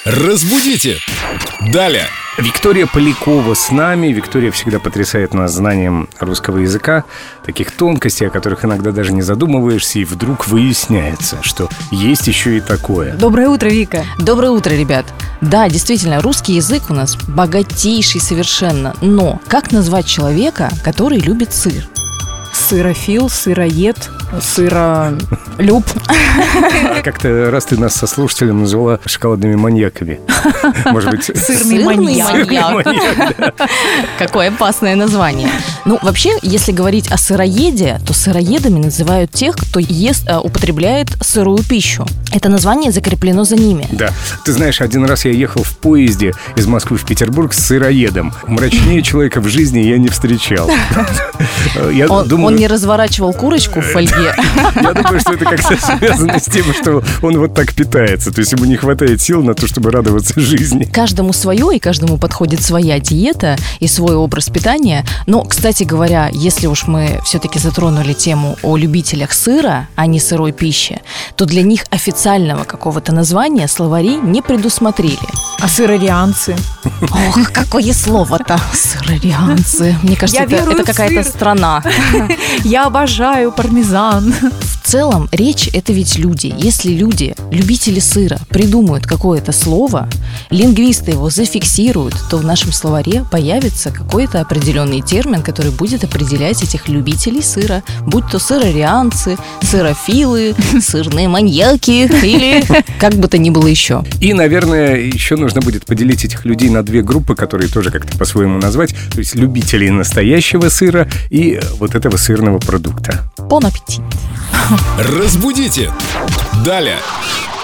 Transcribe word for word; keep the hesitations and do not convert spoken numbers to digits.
Разбудите! Далее! Виктория Полякова с нами. Виктория всегда потрясает нас знанием русского языка, таких тонкостей, о которых иногда даже не задумываешься, и вдруг выясняется, что есть еще и такое. Доброе утро, Вика. Доброе утро, ребят. Да, действительно, русский язык у нас богатейший совершенно. Но как назвать человека, который любит сыр? Сырофил, сыроед, сыролюб. А как-то раз ты нас со слушателем назвала шоколадными маньяками. Может быть, Сырный маньяк. Какое опасное название. Ну, вообще, если говорить о сыроеде, то сыроедами называют тех, кто ест, а, употребляет сырую пищу. Это название закреплено за ними. Да. Ты знаешь, один раз я ехал в поезде из Москвы в Петербург с сыроедом. Мрачнее человека в жизни я не встречал. Я Он, думаю, он не разворачивал курочку в фольге. Я думаю, что это как-то связано с тем, что он вот так питается. То есть ему не хватает сил на то, чтобы радоваться жизни. Каждому свое, и каждому подходит своя диета и свой образ питания. Но, кстати говоря, если уж мы все-таки затронули тему о любителях сыра, а не сырой пищи, то для них официального какого-то названия словари не предусмотрели. А сырорианцы? Ох, какое слово-то! Сырорианцы. Мне кажется, Я это, верую это в какая-то сыр. страна. Я обожаю пармезан. В целом, речь — это ведь люди. Если люди, любители сыра, придумают какое-то слово, лингвисты его зафиксируют, то в нашем словаре появится какой-то определенный термин, который будет определять этих любителей сыра. Будь то сырорианцы, сырофилы, сырные маньяки или как бы то ни было еще. И, наверное, еще нужно будет поделить этих людей на две группы, которые тоже как-то по-своему назвать. То есть любителей настоящего сыра и вот этого сырного продукта. Бон аппетит! Разбудите! Далее!